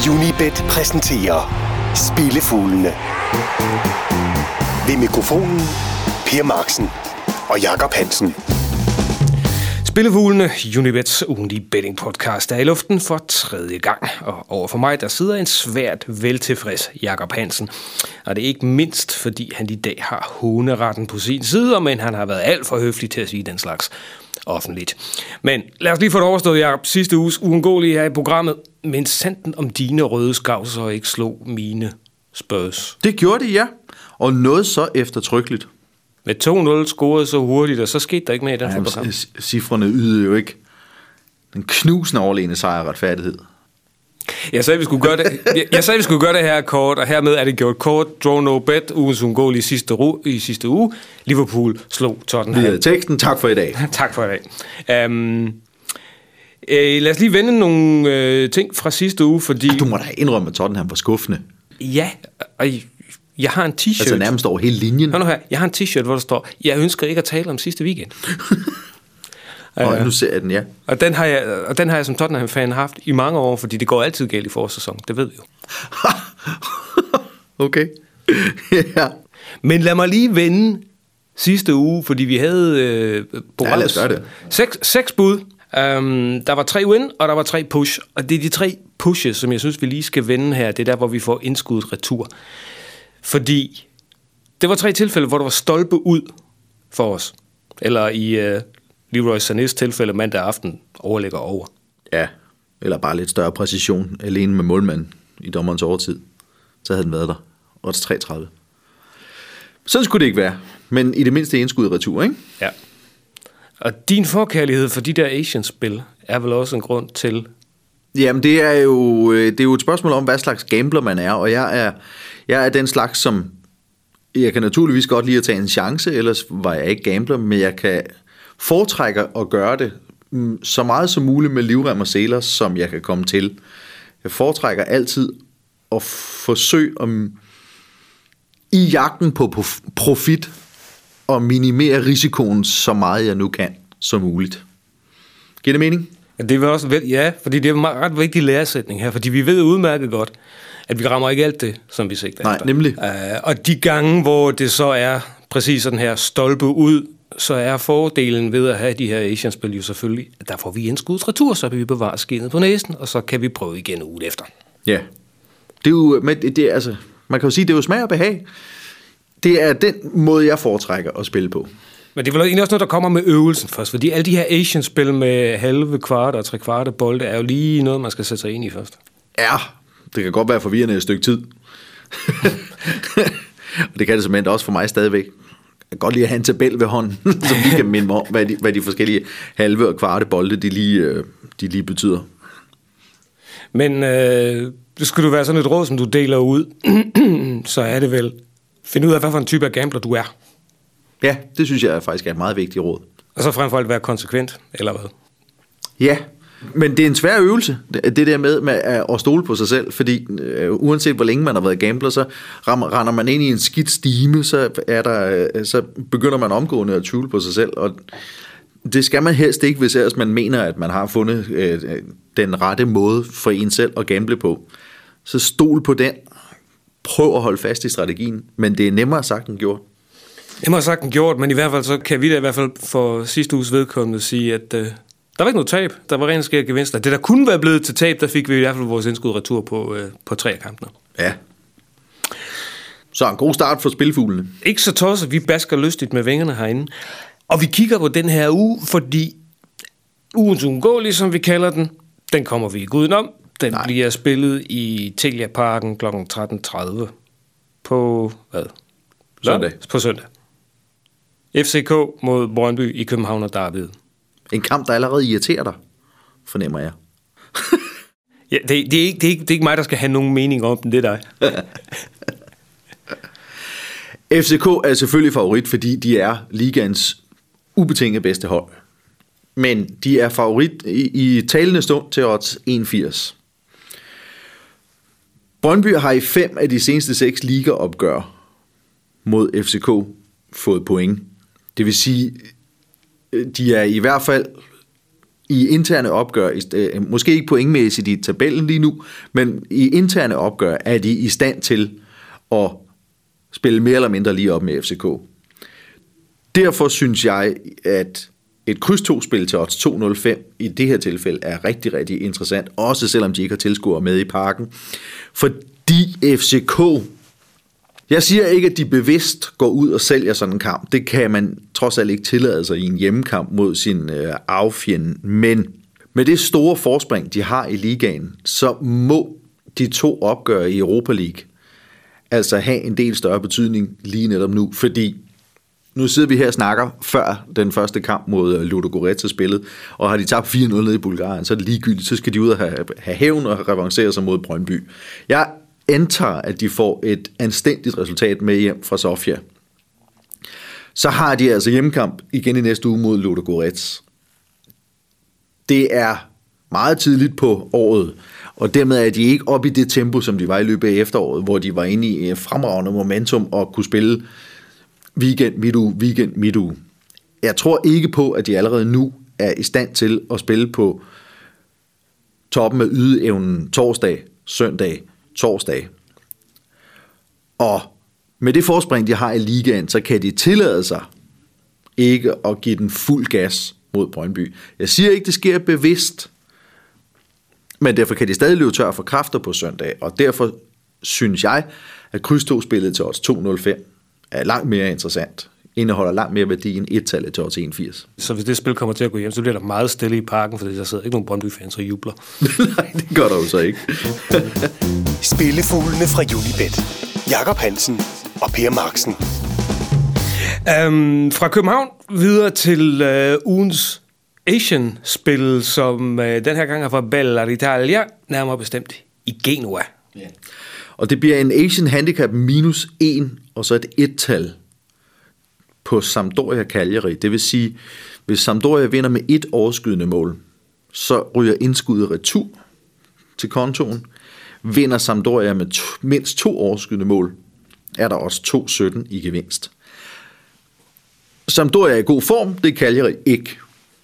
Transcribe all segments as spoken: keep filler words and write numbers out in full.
Unibet præsenterer Spillefuglene. Ved mikrofonen Per Marksen og Jakob Hansen. Spillefuglene, Unibets ugentlige betting podcast, er i luften for tredje gang. Og overfor mig, der sidder en svært veltilfreds Jakob Hansen. Og det er ikke mindst, fordi han i dag har håneretten på sin side, men han har været alt for høflig til at sige den slags offentligt. Men lad os lige få det overstået, Jakob. Sidste uges uundgåelige her i programmet. Men sanden om dine røde skavser ikke slog mine Spurs. Det gjorde de, ja. Og noget så eftertrykkeligt. Med to nul scorede så hurtigt, og så skete der ikke mere i den ja, fodboldkamp. Cifrene ydede jo ikke den knusende overlegne sejr og retfærdighed. Jeg sagde, vi skulle gøre det. Jeg, jeg sagde, vi skulle gøre det her kort, og hermed er det gjort kort. Draw no bet, ugens uundgåelige i sidste, ru, i sidste uge. Liverpool slog Tottenham. Det er teksten. Tak for i dag. Tak for i dag. Um, øh, lad os lige vende nogle øh, ting fra sidste uge, fordi... Du må da indrømme, at Tottenham var skuffende. Ja, og jeg har en t-shirt. Altså nærmest over hele linjen. Hør nu her. Jeg har en t-shirt, hvor der står, jeg ønsker ikke at tale om sidste weekend. Og uh, nu ser jeg den, ja. Og den har jeg, og den har jeg som Tottenham-fan haft i mange år, fordi det går altid galt i forårssæsonen. Det ved vi jo. Okay. Ja. Men lad mig lige vende sidste uge, fordi vi havde øh, ja, lad os gøre det. Seks, seks bud. Um, der var tre win, og der var tre push. Og det er de tre pushes, som jeg synes, vi lige skal vende her. Det er der, hvor vi får indskuddet retur. Fordi det var tre tilfælde, hvor der var stolpe ud for os. Eller i uh, Leroy Sanés tilfælde mandag aften overlægger over. Ja, eller bare lidt større præcision alene med målmanden i dommerens overtid. Så havde den været der. Odds tre tredive. Sådan skulle det ikke være. Men i det mindste indskud retur, ikke? Ja. Og din forkærlighed for de der Asian-spil er vel også en grund til... Jamen, det er jo, det er jo et spørgsmål om, hvad slags gambler man er. Og jeg er, jeg er den slags, som... Jeg kan naturligvis godt lide at tage en chance, ellers var jeg ikke gambler, men jeg kan foretrække at gøre det så meget som muligt med livrem og seler, som jeg kan komme til. Jeg foretrækker altid at forsøge om i jagten på profit og minimere risikoen så meget jeg nu kan som muligt. Giver det mening? Ja, det er også vel, ja, fordi det er en ret vigtig læresætning her, fordi vi ved udmærket godt, at vi rammer ikke alt det, som vi sigter efter. Nej, nemlig. Uh, og de gange, hvor det så er præcis sådan her stolpe ud, så er fordelen ved at have de her Asian-spil jo selvfølgelig, at der får vi indskudt retur, så kan vi bevare skinnet på næsen, og så kan vi prøve igen ugen efter. Ja, det er jo, men det er, altså, man kan jo sige, det er jo smag og behag. Det er den måde, jeg foretrækker at spille på. Men det er vel egentlig også noget, der kommer med øvelsen først, fordi alle de her Asian-spil med halve kvart og tre kvarte bolde er jo lige noget, man skal sætte sig ind i først. Ja, det kan godt være forvirrende et stykke tid. Og det kan det simpelthen også for mig stadigvæk. Jeg kan godt lide at have en tabel ved hånden, som lige kan minde mig om, hvad de, hvad de forskellige halve og kvarte bolde, de lige, de lige betyder. Men øh, skulle du være sådan et råd, som du deler ud, så er det vel, find ud af, hvad for en type af gambler du er. Ja, det synes jeg faktisk er et meget vigtigt råd. Og så frem for alt være konsekvent, eller hvad? Ja, men det er en svær øvelse, det der med, med at stole på sig selv, fordi øh, uanset hvor længe man har været gambler, så rammer, render man ind i en skidt stime, så, er der, øh, så begynder man omgående at tvivle på sig selv, og det skal man helst ikke, hvis ellers man mener, at man har fundet øh, den rette måde for en selv at gamble på. Så stol på den, prøv at holde fast i strategien, men det er nemmere sagt end gjort. Nemmere sagt end gjort, men i hvert fald så kan vi da i hvert fald for sidste uges vedkommende sige, at øh, der var ikke noget tab, der var rent skære gevinster. Det der kunne være blevet til tab, der fik vi i hvert fald vores indskud retur på, øh, på tre af kampene. Ja. Så en god start for spilfuglene. Ikke så tosset, vi basker lystigt med vingerne herinde. Og vi kigger på den her uge, fordi ugens uundgåelige, som vi kalder den, den kommer vi ikke udenom. Den Nej. bliver spillet i Telia Parken kl. tretten tredive på hvad? Søndag. På søndag. F C K mod Brøndby i København og Derby. En kamp, der allerede irriterer dig, fornemmer jeg. Ja, det, det, er ikke, det, er ikke, det er ikke mig, der skal have nogen mening om den, det er dig. F C K er selvfølgelig favorit, fordi de er ligaens ubetinget bedste hold. Men de er favorit i, i talende stund til odds en komma firs. Brøndby har i fem af de seneste seks ligaopgør mod F C K fået point. Det vil sige, de er i hvert fald i interne opgør, måske ikke pointmæssigt i tabellen lige nu, men i interne opgør er de i stand til at spille mere eller mindre lige op med F C K. Derfor synes jeg, at et kryds to-spil til odds to komma nul fem i det her tilfælde er rigtig, rigtig interessant, også selvom de ikke har tilskuere med i parken. Fordi F C K, jeg siger ikke, at de bevidst går ud og sælger sådan en kamp. Det kan man trods alt ikke tillade sig i en hjemmekamp mod sin øh, arvfjende. Men med det store forspring, de har i ligaen, så må de to opgør i Europa League altså have en del større betydning lige netop nu, fordi nu sidder vi her og snakker før den første kamp mod Ludogorets spillet, og har de tabt fire nul ned i Bulgarien, så er det ligegyldigt, så skal de ud og have, have hævn og revancere sig mod Brøndby. Jeg antager, at de får et anstændigt resultat med hjem fra Sofia. Så har de altså hjemmekamp igen i næste uge mod Ludogorets. Det er meget tidligt på året, og dermed er de ikke oppe i det tempo, som de var i løbet af efteråret, hvor de var inde i et fremragende momentum og kunne spille weekend, midtuge, weekend, midtuge. Jeg tror ikke på, at de allerede nu er i stand til at spille på toppen af ydeevnen torsdag, søndag, torsdag. Og med det forspring, de har i ligaen, så kan de tillade sig ikke at give den fuld gas mod Brøndby. Jeg siger ikke, det sker bevidst, men derfor kan de stadig løbe tør for kræfter på søndag, og derfor synes jeg, at kryds to-spillet til odds to komma nul fem er langt mere interessant, indeholder langt mere værdi end et-tallet til odds en komma firs. Så hvis det spil kommer til at gå hjem, så bliver der meget stille i parken, fordi der sidder ikke nogen Brøndby-fans og jubler. Nej, det gør der jo så ikke. Spillefuglene fra Unibet. Jakob Hansen og Per Marksen. Um, fra København videre til uh, ugens Asian-spil, som uh, den her gang er fra Bella Italia, nærmere bestemt i Genua. Yeah. Og det bliver en Asian Handicap minus en, og så et et-tal på Sampdoria Cagliari. Det vil sige, hvis Sampdoria vinder med et overskydende mål, så ryger indskuddet retur til kontoen. Vinder Sampdoria med to, mindst to overskydende mål, er der også to komma sytten i gevinst. Sampdoria er i god form, det er Cagliari ikke.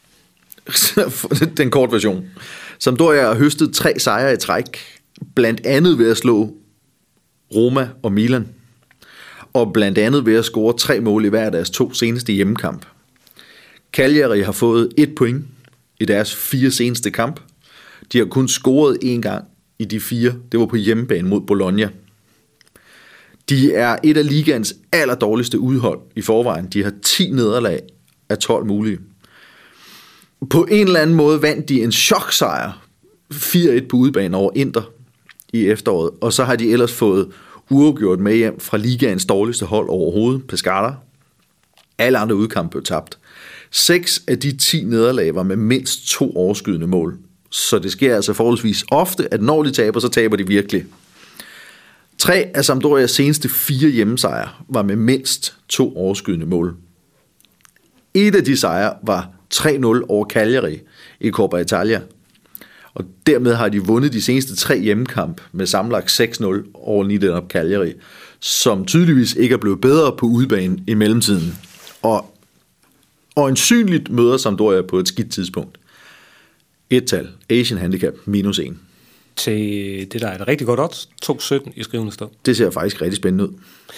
Den korte version. Sampdoria har høstet tre sejre i træk, blandt andet ved at slå Roma og Milan, og blandt andet ved at score tre mål i hver af deres to seneste hjemmekamp. Cagliari har fået et point i deres fire seneste kamp. De har kun scoret én gang i de fire. Det var på hjemmebane mod Bologna. De er et af ligaens allerdårligste udhold i forvejen. De har ti nederlag af tolv mulige. På en eller anden måde vandt de en choksejr fire et på udebane over Inter i efteråret, og så har de ellers fået uafgjort med hjem fra ligaens dårligste hold overhovedet, Pescara. Alle andre udkampe blev tabt. Seks af de ti nederlag var med mindst to overskydende mål, så det sker altså forholdsvis ofte, at når de taber, så taber de virkelig. Tre af Sampdorias seneste fire hjemmesejre var med mindst to overskydende mål. Et af de sejre var tre nul over Cagliari i Coppa Italia, og dermed har de vundet de seneste tre hjemmekamp med sammenlagt seks nul over Nidernop Cagliari, som tydeligvis ikke er blevet bedre på udebane i mellemtiden. Og øjensynligt møder Sampdoria på et skidt tidspunkt. Et-tal, Asian Handicap, minus en. Til det, der er et rigtig godt odds, to komma sytten i skrivende stund. Det ser faktisk rigtig spændende ud.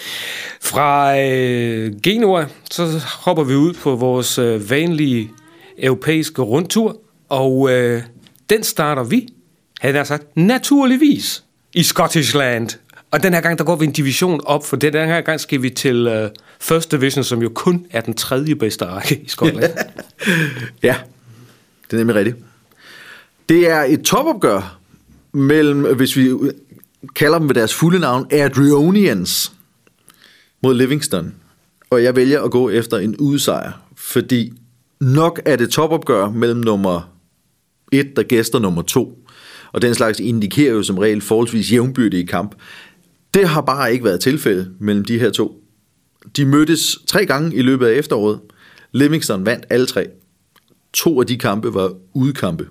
Fra øh, Genua, så hopper vi ud på vores øh, vanlige europæiske rundtur, og øh, den starter vi, havde jeg sagt, naturligvis i Scottishland. Og den her gang, der går vi en division op, for den her gang skal vi til øh, First Division, som jo kun er den tredje bedste række i Skotland. Ja, det er nemlig rigtigt. Det er et topopgør mellem, hvis vi kalder dem ved deres fulde navn, Adrionians mod Livingston. Og jeg vælger at gå efter en udsejr, fordi nok er det topopgør mellem nummer et, der gæster nummer to. Og den slags indikerer jo som regel forholdsvis jævnbyrdige kamp. Det har bare ikke været tilfældet mellem de her to. De mødtes tre gange i løbet af efteråret. Livingston vandt alle tre. To af de kampe var udekampe.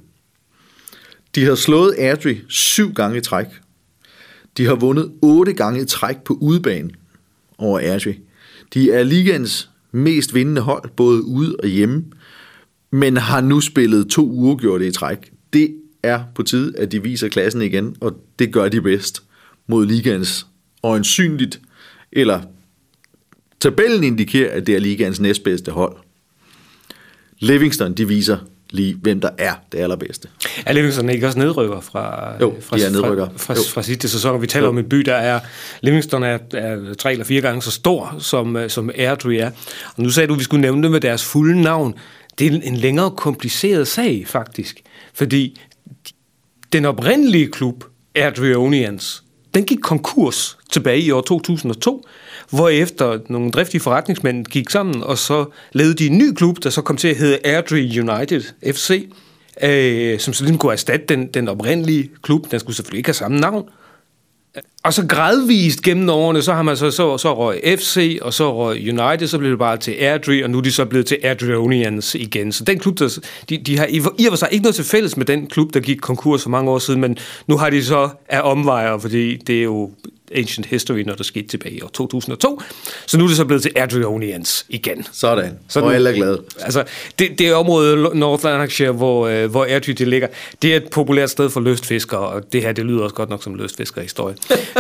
De har slået Adri syv gange i træk. De har vundet otte gange i træk på udebane over Adri. De er ligaens mest vindende hold, både ude og hjemme. men har nu spillet to uafgjorte i træk. Det er på tide, at de viser klassen igen, og det gør de bedst mod ligaens øjensynligt, eller tabellen indikerer, at det er ligaens næstbedste hold. Livingston, de viser lige, hvem der er det allerbedste. Er Livingston ikke også nedrykker fra, jo, fra, de er nedrykker. fra, fra, fra sidste sæson? Vi taler jo. om en by, der er... Livingston er, er tre eller fire gange så stor, som, som Airdrie er. Og nu sagde du, at vi skulle nævne det med deres fulde navn. Det er en længere kompliceret sag, faktisk. Fordi den oprindelige klub, Airdrieonians, den gik konkurs tilbage i år to tusind og to, hvorefter nogle driftige forretningsmænd gik sammen, og så lavede de en ny klub, der så kom til at hedde Airdrie United F C, øh, som så ligesom kunne erstatte den, den oprindelige klub. Den skulle selvfølgelig ikke have samme navn. Og så gradvist gennem årene, så har man så, så, så røg F C, og så røg United, så blev det bare til Airdrie, og nu er de så blevet til Airdrieonians igen. Så den klub, der, de, de har i og for sig ikke noget til fælles med den klub, der gik konkurs for mange år siden, men nu har de så af omvejer, fordi det er jo ancient history, når der skete tilbage i år to tusind og to. Så nu er det så blevet til Airdrieonians igen. Sådan. Så og alle er glade. Altså, det, det er området North Lanarkshire, hvor, hvor Airdrie det ligger. Det er et populært sted for lystfiskere, og det her, det lyder også godt nok som lystfiskerhistorie.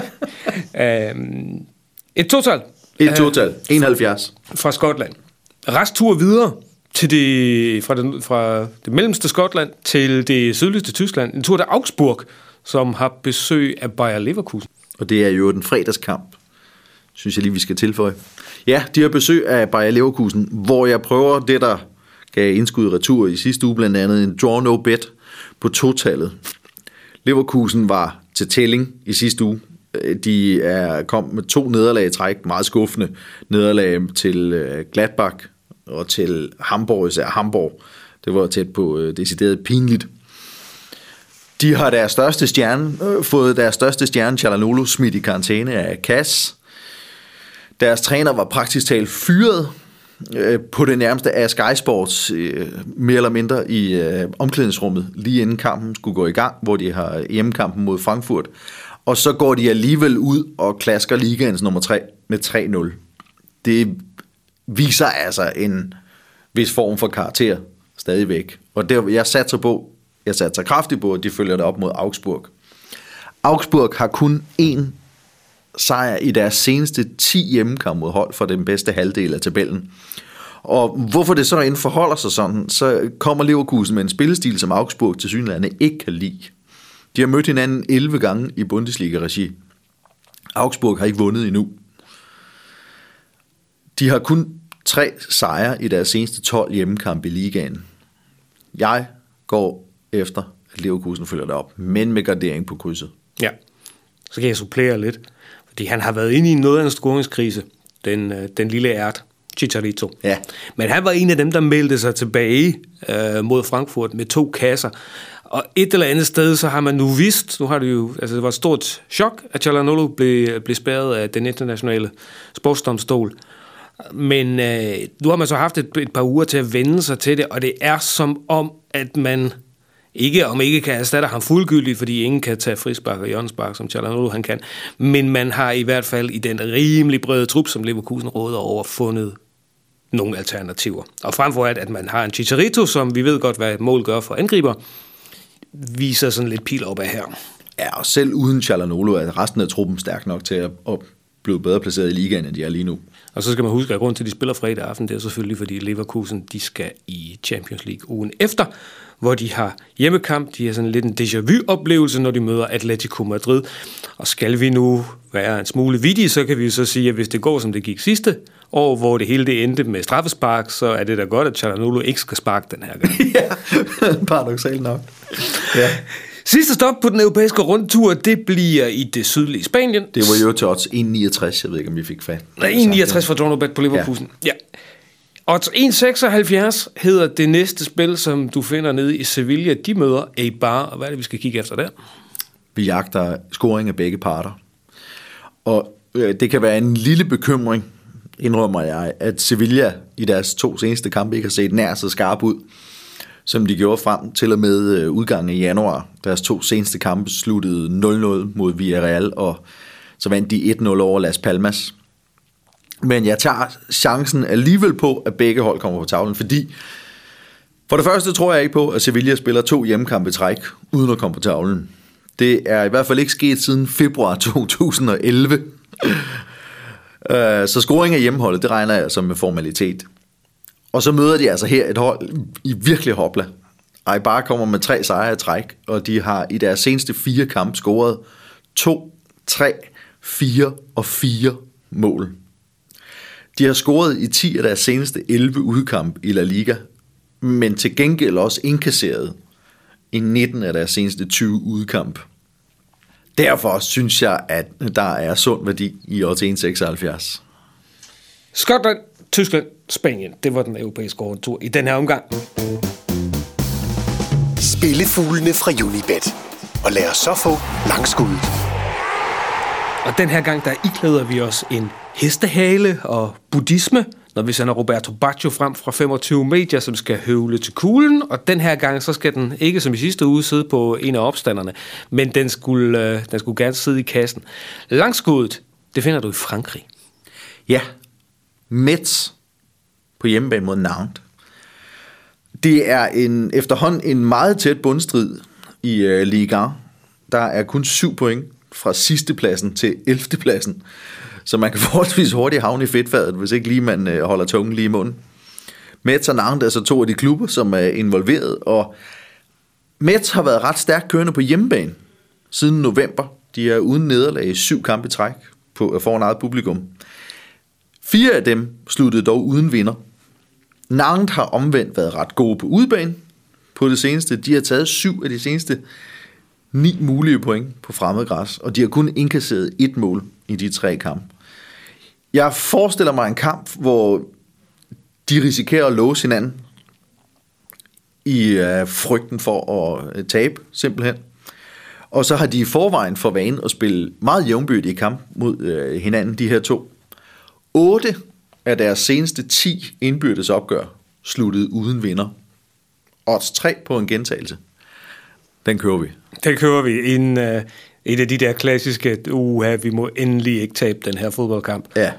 um, et total. Et total. enoghalvfjerds. Uh, fra Skotland. Resttur videre til det, fra, den, fra det mellemste Skotland til det sydligste Tyskland. En tur til Augsburg, som har besøg af Bayer Leverkusen. Og det er jo den fredagskamp, synes jeg lige, vi skal tilføje. Ja, de har besøg af Bayer Leverkusen, hvor jeg prøver det, der gav indskud retur i sidste uge, blandt andet en draw no bet på totallet. Leverkusen var til tælling i sidste uge. De er kom med to nederlag i træk, meget skuffende nederlag til Gladbach og til Hamburg, især Hamburg. Det var tæt på decideret pinligt. De har deres største stjerne, øh, fået deres største stjerne, Calhanoglu, smidt i karantæne af C A S. Deres træner var praktisk talt fyret øh, på det nærmeste af Sky Sports, øh, mere eller mindre i øh, omklædningsrummet, lige inden kampen skulle gå i gang, hvor de har hjemmekampen mod Frankfurt. Og så går de alligevel ud og klasker ligaens nummer tre med tre nul. Det viser altså en vis form for karakter stadigvæk. Og det, jeg satser på, Jeg satte sig kraftigt på, at de følger det op mod Augsburg. Augsburg har kun én sejr i deres seneste ti hjemmekampe mod hold for den bedste halvdel af tabellen. Og hvorfor det så end forholder sig sådan, så kommer Leverkusen med en spillestil, som Augsburg tilsyneladende ikke kan lide. De har mødt hinanden elleve gange i Bundesliga-regi. Augsburg har ikke vundet endnu. De har kun tre sejre i deres seneste tolv hjemmekampe i ligaen. Jeg går efter, at Leverkusen følger det op, men med gardering på krydset. Ja, så kan jeg supplere lidt, fordi han har været inde i noget af en scoringskrise, den, den lille ært, Chicharito. Ja. Men han var en af dem, der meldte sig tilbage øh, mod Frankfurt med to kasser, og et eller andet sted, så har man nu vidst, nu har det jo, altså det var et stort chok, at Calhanoglu blev, blev spærret af den internationale sportsdomstol, men øh, nu har man så haft et, et par uger til at vende sig til det, og det er som om, at man ikke, om ikke kan erstatte ham fuldgyldigt, fordi ingen kan tage frispark og hjørnespark, som Calhanoglu han kan, men man har i hvert fald i den rimelig brede trup, som Leverkusen råder over, fundet nogle alternativer. Og frem for alt, at man har en Chicharito, som vi ved godt, hvad et mål gør for angriber, viser sådan lidt pil op af her. Ja, og selv uden Calhanoglu er resten af truppen stærk nok til at, at blive bedre placeret i ligaen, end de er lige nu. Og så skal man huske, at grunden til, at de spiller fredag aften, det er selvfølgelig, fordi Leverkusen, de skal i Champions League ugen efter, hvor de har hjemmekamp. De har sådan lidt en déjà vu-oplevelse, når de møder Atletico Madrid. Og skal vi nu være en smule vittige, så kan vi så sige, at hvis det går, som det gik sidste år, hvor det hele det endte med straffespark, så er det da godt, at Calhanoglu ikke skal sparke den her gang. Ja, paradoksalt nok. Ja. Sidste stop på den europæiske rundtur, det bliver i det sydlige Spanien. Det var jo til odds en komma niogtres, jeg ved ikke, om vi fik fat. Nej, en komma niogtres for Dronobet på Leverkusen. Ja. Ja. Odds en komma seksoghalvfjerds hedder det næste spil, som du finder nede i Sevilla. De møder Eibar, og hvad er det, vi skal kigge efter der? Vi jagter scoring af begge parter. Og øh, det kan være en lille bekymring, indrømmer jeg, at Sevilla i deres to seneste kampe ikke har set nær så skarp ud, som de gjorde frem til og med udgangen i januar. Deres to seneste kampe sluttede nul nul mod Villarreal, og så vandt de et nul over Las Palmas. Men jeg tager chancen alligevel på, at begge hold kommer på tavlen, fordi For det første tror jeg ikke på, at Sevilla spiller to hjemmekampe i træk, uden at komme på tavlen. Det er i hvert fald ikke sket siden februar to tusind og elleve. Så scoring af hjemmeholdet, det regner jeg som med formalitet. Og så møder de altså her et hold i virkelig hopla. Eibar kommer med tre sejre i træk, og de har i deres seneste fire kampe scoret to, tre, fire og fire mål. De har scoret i ti af deres seneste elleve udkampe i La Liga, men til gengæld også indkasseret i nitten af deres seneste tyve udkampe. Derfor synes jeg, at der er sund værdi i odds en komma seksoghalvfjerds. Skotland, Tyskland, Spanien. Det var den europæiske rundtur i den her omgang. Spillefuglene fra Unibet. Og lad os så få langskuddet. Og den her gang, der iklæder vi os en hestehale og buddhisme, når vi sender Roberto Baggio frem fra femogtyve medier, som skal høvle til kuglen. Og den her gang, så skal den ikke som i sidste uge sidde på en af opstanderne, men den skulle, øh, den skulle gerne sidde i kassen. Langskuddet, det finder du i Frankrig. Ja, Metz på hjemmebane mod Nantes. Det er en, efterhånden en meget tæt bundstrid i uh, Ligue et. Der er kun syv point fra sidste pladsen til ellevte pladsen, så man kan forholdsvis hurtigt havne i fedtfadet, hvis ikke lige man uh, holder tungen lige i munden. Metz og Nantes er så to af de klubber, som er involveret, og Metz har været ret stærkt kørende på hjemmebane siden november. De er uden nederlag i syv kampe i træk på, foran eget publikum. Fire af dem sluttede dog uden vinder. Nantes har omvendt været ret gode på udebane på det seneste. De har taget syv af de seneste ni mulige point på fremmed græs, og de har kun indkasseret et mål i de tre kampe. Jeg forestiller mig en kamp, hvor de risikerer at låse hinanden i uh, frygten for at tabe, simpelthen. Og så har de i forvejen for vane at spille meget jævnbyrdige kamp mod uh, hinanden, de her to. otte af deres seneste ti indbyrdes opgør sluttede uden vinder. Odds tre på en gentagelse. Den kører vi. Den kører vi. En, uh, et af de der klassiske, uha, vi må endelig ikke tabe den her fodboldkamp. Ja.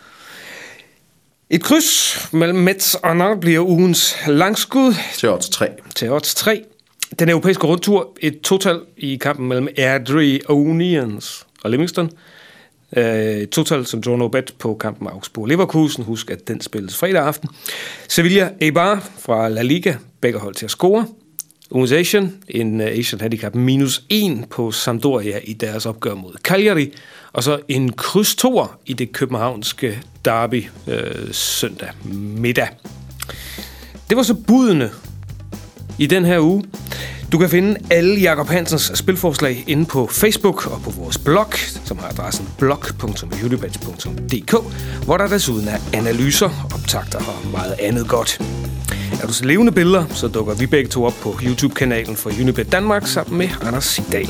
Et kryds mellem Metz og Nantes bliver ugens langskud. Til odds tre. Til odds tre. Den europæiske rundtur, et total i kampen mellem Airdrie Onions og Livingston. Et total som draw no bet på kampen med Augsburg Leverkusen. Husk, at den spilles fredag aften. Sevilla Eibar fra La Liga. Begge hold til at score. Ugens Asian. En Asian handicap minus en på Sampdoria i deres opgør mod Cagliari. Og så en kryds toer i det københavnske derby øh, søndag middag. Det var så budene i den her uge. Du kan finde alle Jacob Hansens spilforslag inde på Facebook og på vores blog, som har adressen blog punktum unibet punktum d k, hvor der desuden er analyser, optagter og meget andet godt. Er du så levende billeder, så dukker vi begge to op på YouTube-kanalen for Unibet Danmark sammen med Anders Sigdal.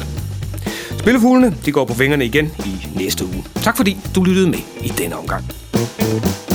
Spillefuglene, de går på vingerne igen i næste uge. Tak fordi du lyttede med i denne omgang.